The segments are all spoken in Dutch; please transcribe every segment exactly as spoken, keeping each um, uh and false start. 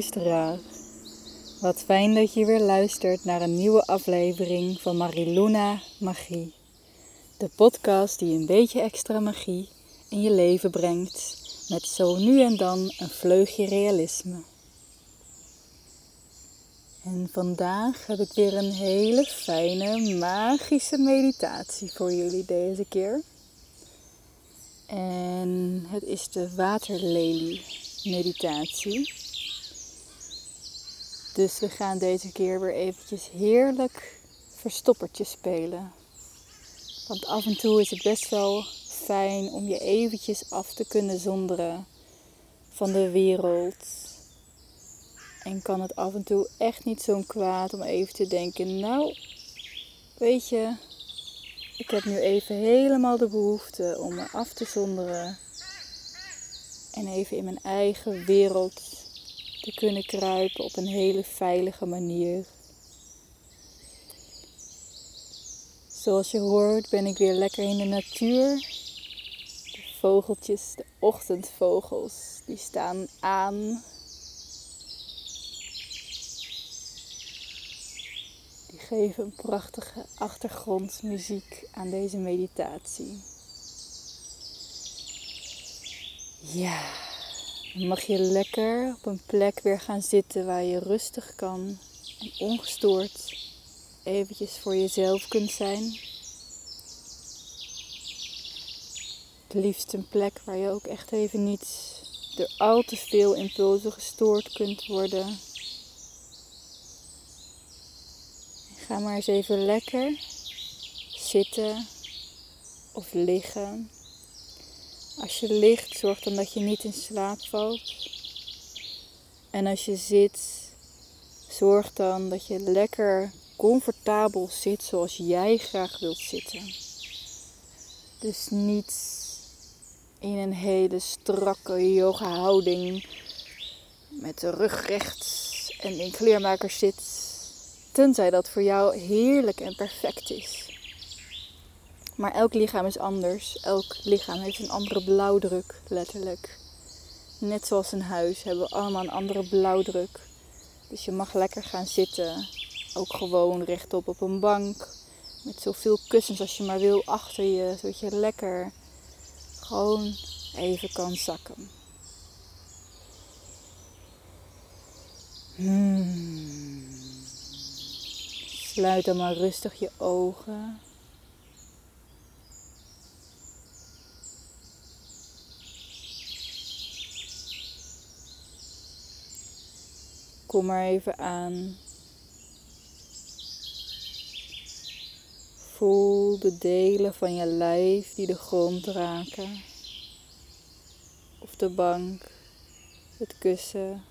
luisteraar. Wat fijn dat je weer luistert naar een nieuwe aflevering van Mariluna Magie. De podcast die een beetje extra magie in je leven brengt, met zo nu en dan een vleugje realisme. En vandaag heb ik weer een hele fijne, magische meditatie voor jullie deze keer. En het is de waterlelie meditatie. Dus we gaan deze keer weer eventjes heerlijk verstoppertje spelen. Want af en toe is het best wel fijn om je eventjes af te kunnen zonderen van de wereld. En kan het af en toe echt niet zo'n kwaad om even te denken, nou, weet je, ik heb nu even helemaal de behoefte om me af te zonderen. En even in mijn eigen wereld te kunnen kruipen op een hele veilige manier. Zoals je hoort ben ik weer lekker in de natuur. De vogeltjes, de ochtendvogels, die staan aan. Die geven een prachtige achtergrondmuziek aan deze meditatie. Ja, dan mag je lekker op een plek weer gaan zitten waar je rustig kan en ongestoord eventjes voor jezelf kunt zijn. Het liefst een plek waar je ook echt even niet door al te veel impulsen gestoord kunt worden. Ga maar eens even lekker zitten of liggen. Als je ligt, zorg dan dat je niet in slaap valt. En als je zit, zorg dan dat je lekker comfortabel zit zoals jij graag wilt zitten. Dus niet in een hele strakke yoga houding met de rug recht en in kleermakers zit. Tenzij dat voor jou heerlijk en perfect is. Maar elk lichaam is anders. Elk lichaam heeft een andere blauwdruk, letterlijk. Net zoals een huis hebben we allemaal een andere blauwdruk. Dus je mag lekker gaan zitten. Ook gewoon rechtop op een bank. Met zoveel kussens als je maar wil achter je. Zodat je lekker gewoon even kan zakken. Hmm. Sluit dan maar rustig je ogen. Kom maar even aan. Voel de delen van je lijf die de grond raken. Of de bank, het kussen.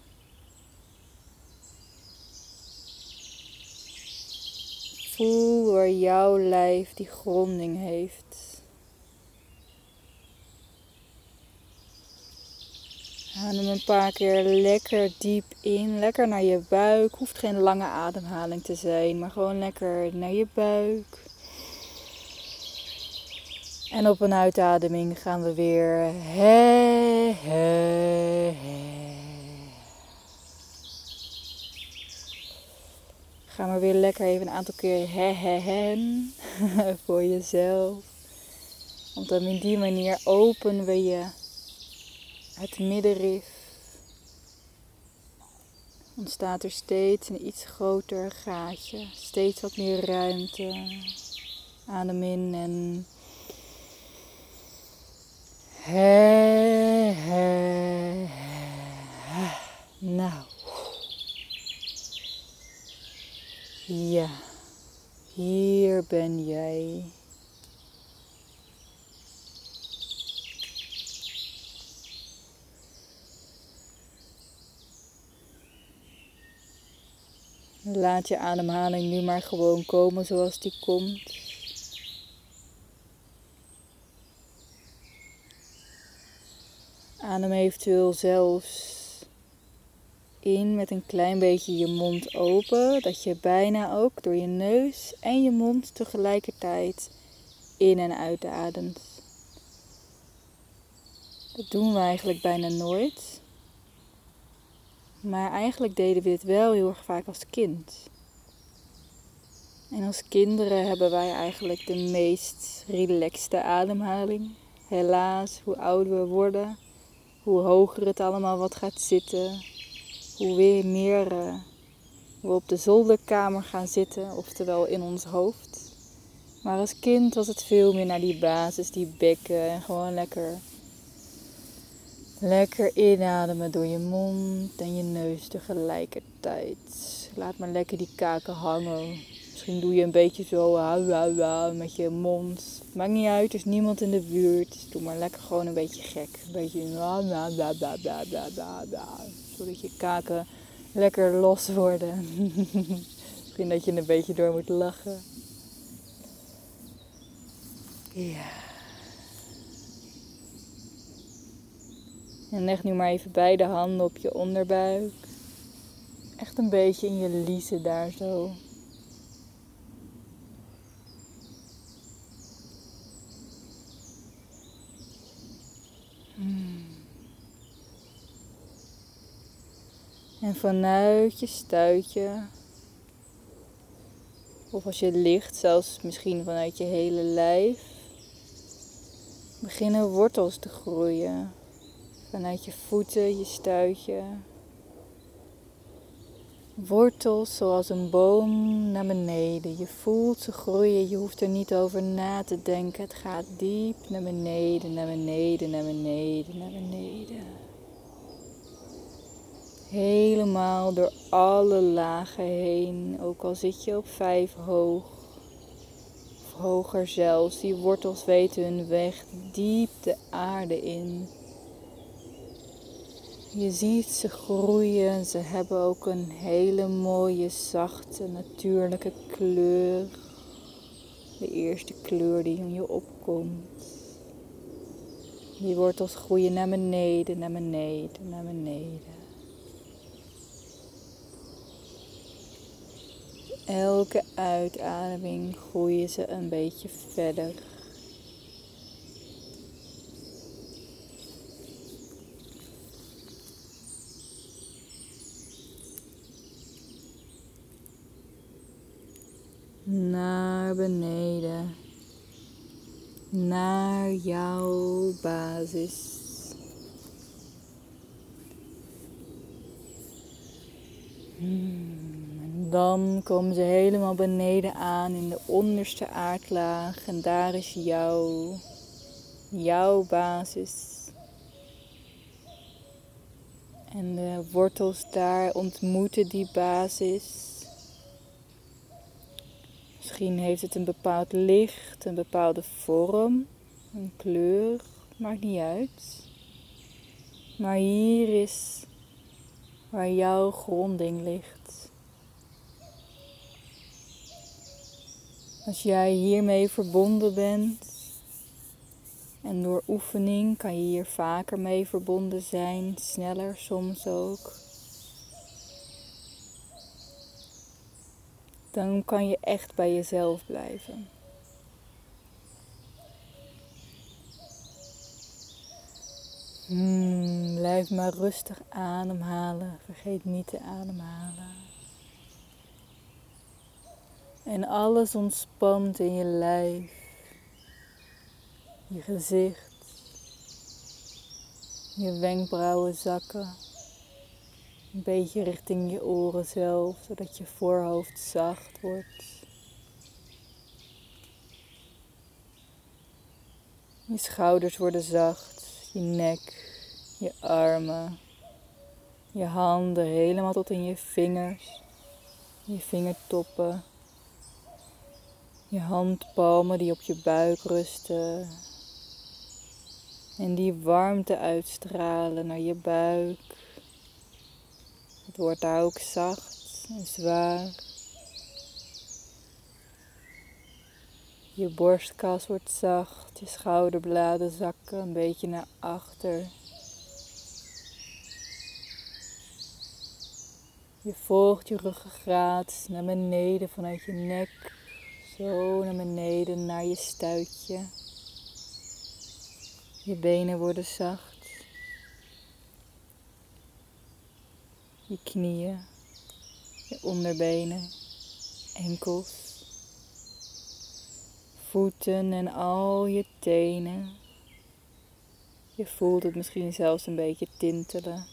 Voel waar jouw lijf die gronding heeft. Adem een paar keer lekker diep in, lekker naar je buik. Hoeft geen lange ademhaling te zijn, maar gewoon lekker naar je buik. En op een uitademing gaan we weer he, he, he. Ga maar weer lekker even een aantal keer he, he, hen voor jezelf. Want dan in die manier openen we je het middenrif. Ontstaat er steeds een iets groter gaatje. Steeds wat meer ruimte. Adem in en he, he, he. Nou. Ja. Hier ben jij. Laat je ademhaling nu maar gewoon komen zoals die komt. Adem eventueel zelfs in met een klein beetje je mond open. Dat je bijna ook door je neus en je mond tegelijkertijd in- en uitademt. Dat doen we eigenlijk bijna nooit. Maar eigenlijk deden we dit wel heel erg vaak als kind. En als kinderen hebben wij eigenlijk de meest relaxte ademhaling. Helaas, hoe ouder we worden, hoe hoger het allemaal wat gaat zitten. Hoe weer meer uh, we op de zolderkamer gaan zitten, oftewel in ons hoofd. Maar als kind was het veel meer naar die basis, die bekken en gewoon lekker, lekker inademen door je mond en je neus tegelijkertijd. Laat maar lekker die kaken hangen. Misschien doe je een beetje zo hou, hou, hou, met je mond. Maakt niet uit, er is niemand in de buurt. Doe maar lekker gewoon een beetje gek. Een beetje bla bla bla bla bla bla bla bla. Zodat je kaken lekker los worden. Misschien dat je een beetje door moet lachen. Ja. En leg nu maar even beide handen op je onderbuik. Echt een beetje in je liezen daar zo. Hmm. En vanuit je stuitje, of als je ligt, zelfs misschien vanuit je hele lijf, beginnen wortels te groeien. Vanuit je voeten, je stuitje. Wortels zoals een boom naar beneden. Je voelt ze groeien, je hoeft er niet over na te denken. Het gaat diep naar beneden, naar beneden, naar beneden, naar beneden. Helemaal door alle lagen heen, ook al zit je op vijf hoog. Of hoger zelfs, die wortels weten hun weg diep de aarde in. Je ziet ze groeien, ze hebben ook een hele mooie, zachte, natuurlijke kleur. De eerste kleur die in je opkomt. Die wortels groeien naar beneden, naar beneden, naar beneden. Elke uitademing groeien ze een beetje verder. Naar beneden, naar jouw basis. En dan komen ze helemaal beneden aan in de onderste aardlaag en daar is jouw, jouw basis. En de wortels daar ontmoeten die basis. Misschien heeft het een bepaald licht, een bepaalde vorm, een kleur, maakt niet uit. Maar hier is waar jouw gronding ligt. Als jij hiermee verbonden bent en door oefening kan je hier vaker mee verbonden zijn, sneller soms ook. Dan kan je echt bij jezelf blijven. Hmm, blijf maar rustig ademhalen. Vergeet niet te ademhalen. En alles ontspant in je lijf. Je gezicht. Je wenkbrauwen zakken. Een beetje richting je oren zelf, zodat je voorhoofd zacht wordt. Je schouders worden zacht, je nek, je armen, je handen helemaal tot in je vingers, je vingertoppen, je handpalmen die op je buik rusten en die warmte uitstralen naar je buik. Het wordt daar ook zacht en zwaar. Je borstkas wordt zacht, je schouderbladen zakken een beetje naar achter. Je volgt je ruggengraat naar beneden vanuit je nek, zo naar beneden naar je stuitje. Je benen worden zacht. je knieën, je onderbenen, enkels, voeten en al je tenen. Je voelt het misschien zelfs een beetje tintelen.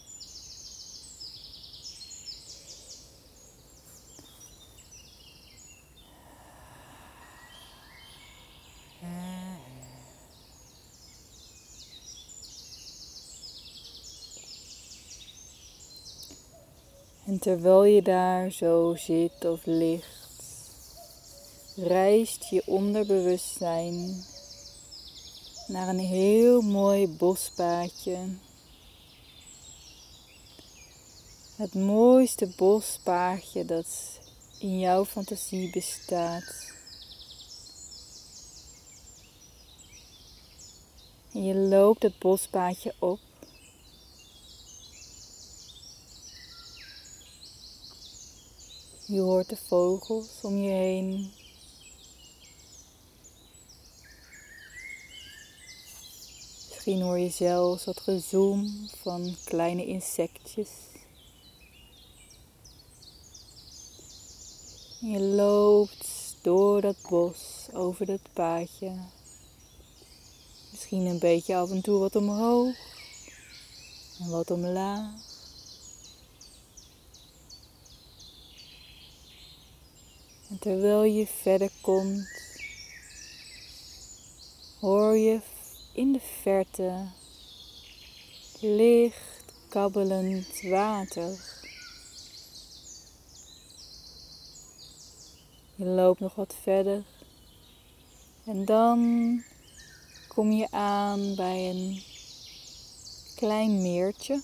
En terwijl je daar zo zit of ligt, reist je onderbewustzijn naar een heel mooi bospaadje. Het mooiste bospaadje dat in jouw fantasie bestaat. En je loopt het bospaadje op. Je hoort de vogels om je heen. Misschien hoor je zelfs wat gezoem van kleine insectjes. Je loopt door dat bos, over dat paadje. Misschien een beetje af en toe wat omhoog en wat omlaag. En terwijl je verder komt, hoor je in de verte licht kabbelend water. Je loopt nog wat verder en dan kom je aan bij een klein meertje.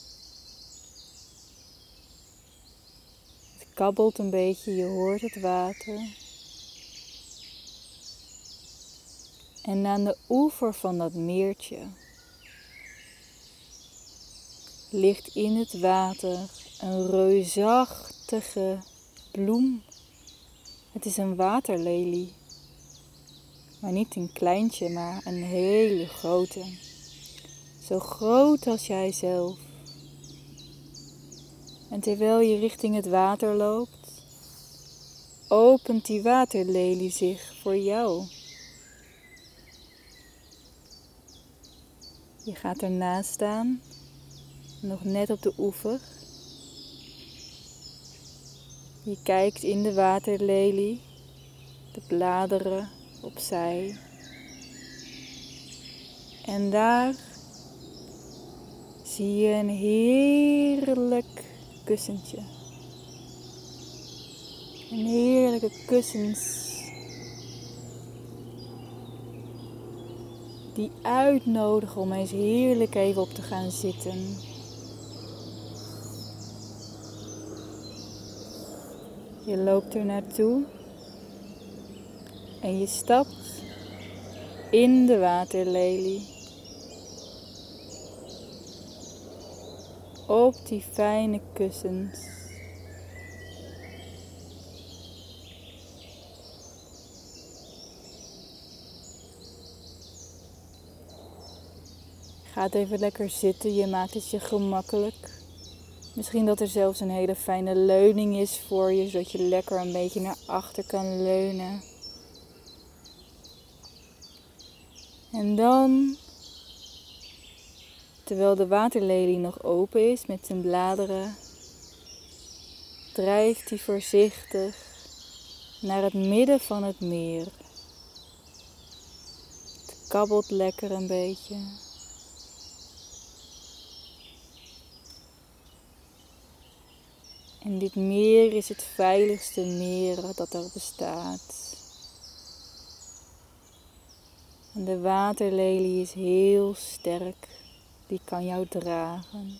Het kabbelt een beetje, je hoort het water. En aan de oever van dat meertje ligt in het water een reusachtige bloem. Het is een waterlelie. Maar niet een kleintje, maar een hele grote. Zo groot als jij zelf. En terwijl je richting het water loopt, opent die waterlelie zich voor jou. Je gaat ernaast staan, nog net op de oever. Je kijkt in de waterlelie, de bladeren opzij. En daar zie je een heerlijk kussentje. Een heerlijke kussens die uitnodigen om eens heerlijk even op te gaan zitten. Je loopt er naartoe en je stapt in de waterlelie. Op die fijne kussens. Ga even lekker zitten, je maakt het je gemakkelijk. Misschien dat er zelfs een hele fijne leuning is voor je, zodat je lekker een beetje naar achter kan leunen. En dan, terwijl de waterlelie nog open is met zijn bladeren, drijft hij voorzichtig naar het midden van het meer. Het kabbelt lekker een beetje. En dit meer is het veiligste meer dat er bestaat. En de waterlelie is heel sterk, die kan jou dragen.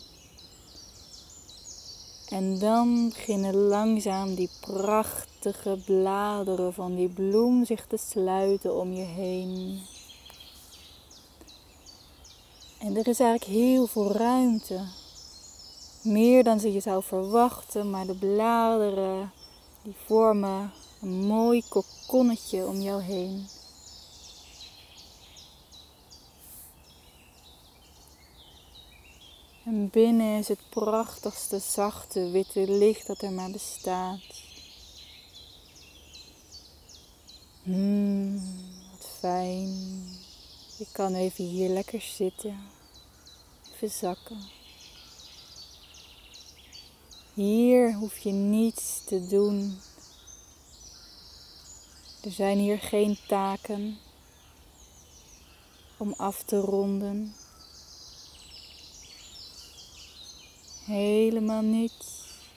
En dan beginnen langzaam die prachtige bladeren van die bloem zich te sluiten om je heen. En er is eigenlijk heel veel ruimte. Meer dan je zou verwachten, maar de bladeren die vormen een mooi kokonnetje om jou heen. En binnen is het prachtigste, zachte, witte licht dat er maar bestaat. Hmm, wat fijn. Je kan even hier lekker zitten. Even zakken. Hier hoef je niets te doen. Er zijn hier geen taken om af te ronden. Helemaal niets.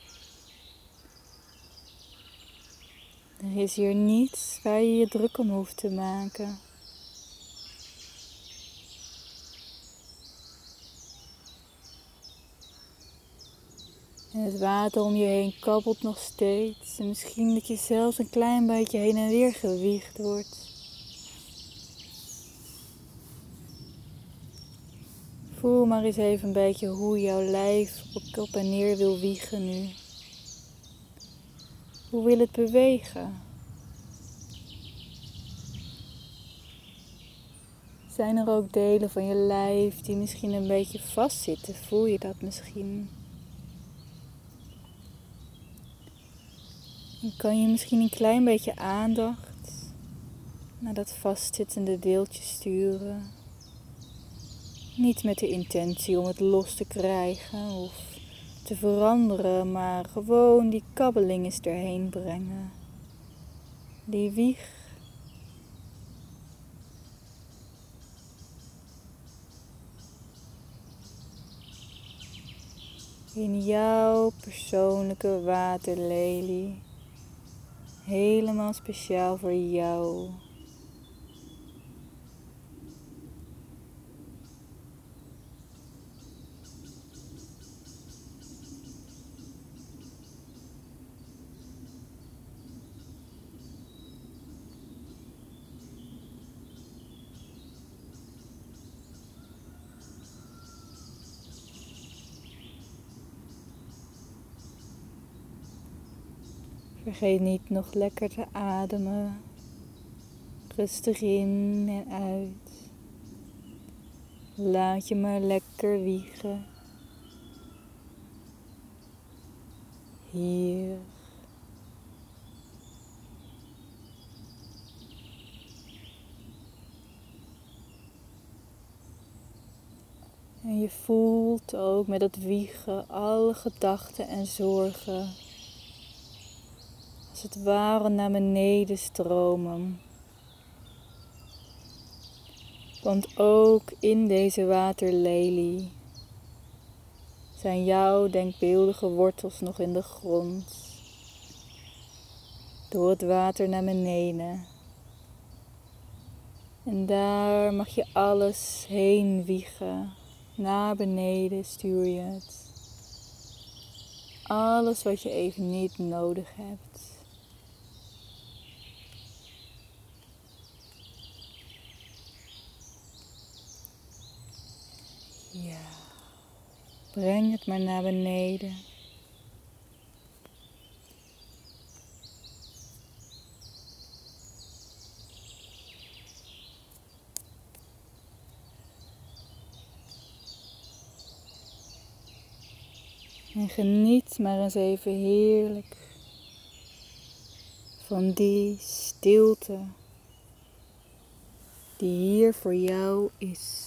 Er is hier niets waar je je druk om hoeft te maken. En het water om je heen kabbelt nog steeds. En misschien dat je zelfs een klein beetje heen en weer gewiegd wordt. Voel maar eens even een beetje hoe jouw lijf op en neer wil wiegen nu. Hoe wil het bewegen? Zijn er ook delen van je lijf die misschien een beetje vastzitten? Voel je dat misschien? En kan je misschien een klein beetje aandacht naar dat vastzittende deeltje sturen? Niet met de intentie om het los te krijgen of te veranderen, maar gewoon die kabbeling eens erheen brengen. Die wieg. In jouw persoonlijke waterlelie. Helemaal speciaal voor jou. Vergeet niet nog lekker te ademen. Rustig in en uit. Laat je maar lekker wiegen. Hier. En je voelt ook met het wiegen alle gedachten en zorgen als het ware naar beneden stromen. Want ook in deze waterlelie zijn jouw denkbeeldige wortels nog in de grond. Door het water naar beneden. En daar mag je alles heen wiegen. Naar beneden stuur je het. Alles wat je even niet nodig hebt. Ja, breng het maar naar beneden. En geniet maar eens even heerlijk van die stilte die hier voor jou is.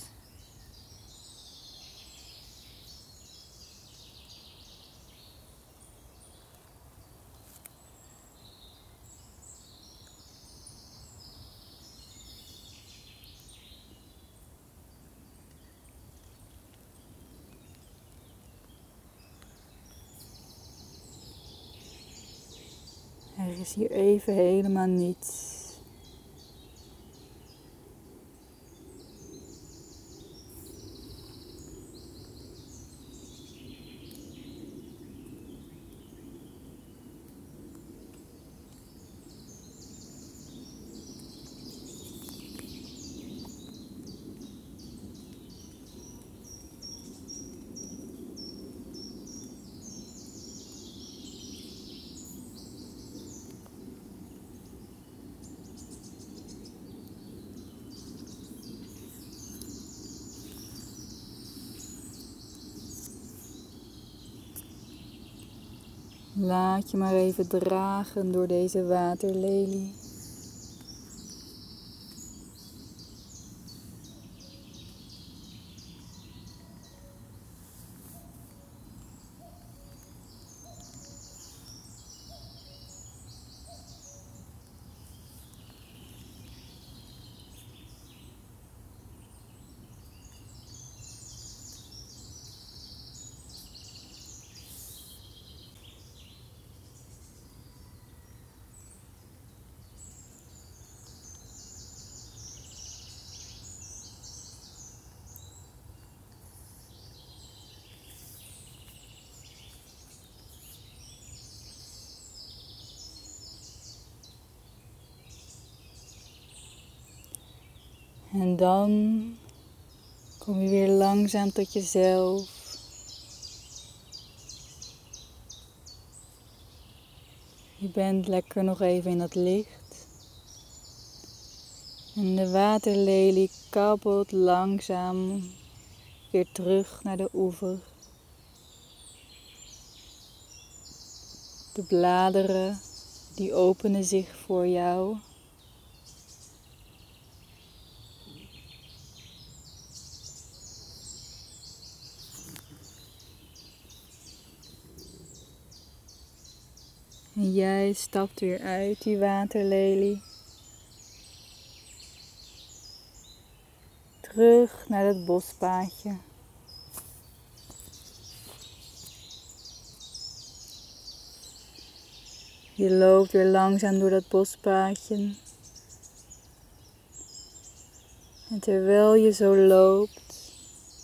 Er is hier even helemaal niets. Laat je maar even dragen door deze waterlelie. En dan kom je weer langzaam tot jezelf. Je bent lekker nog even in het licht. En de waterlelie kabbelt langzaam weer terug naar de oever. De bladeren die openen zich voor jou. En jij stapt weer uit die waterlelie. Terug naar het bospaadje. Je loopt weer langzaam door dat bospaadje. En terwijl je zo loopt,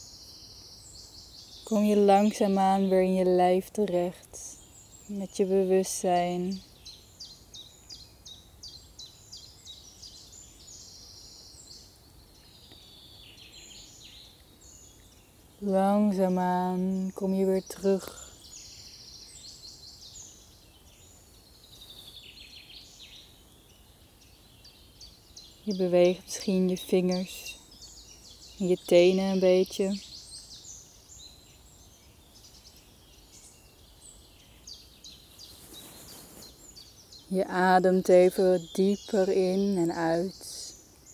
kom je langzaamaan weer in je lijf terecht. Met je bewustzijn. Langzaamaan kom je weer terug. Je beweegt misschien je vingers en je tenen een beetje. Je ademt even dieper in en uit.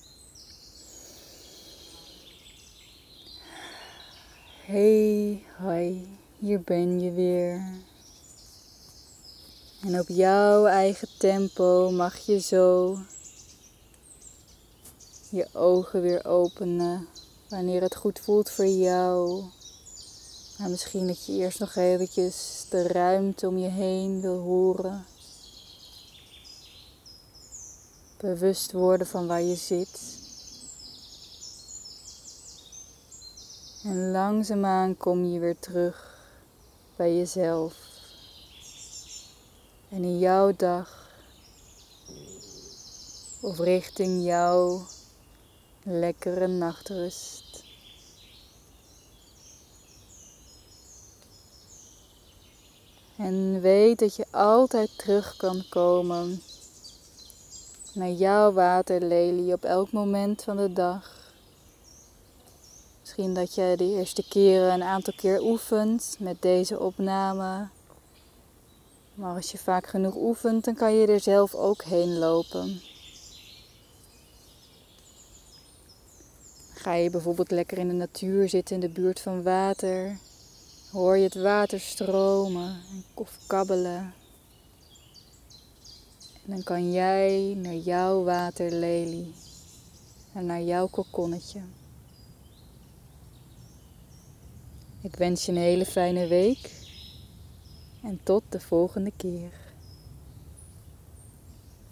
Hey, hoi, hier ben je weer. En op jouw eigen tempo mag je zo je ogen weer openen wanneer het goed voelt voor jou. Maar misschien dat je eerst nog eventjes de ruimte om je heen wil horen. Bewust worden van waar je zit. En langzaamaan kom je weer terug bij jezelf. En in jouw dag. Of richting jouw lekkere nachtrust. En weet dat je altijd terug kan komen naar jouw waterlelie op elk moment van de dag. Misschien dat je de eerste keren een aantal keer oefent met deze opname. Maar als je vaak genoeg oefent, dan kan je er zelf ook heen lopen. Ga je bijvoorbeeld lekker in de natuur zitten in de buurt van water. Hoor je het water stromen of kabbelen. En dan kan jij naar jouw waterlelie en naar jouw kokonnetje. Ik wens je een hele fijne week en tot de volgende keer.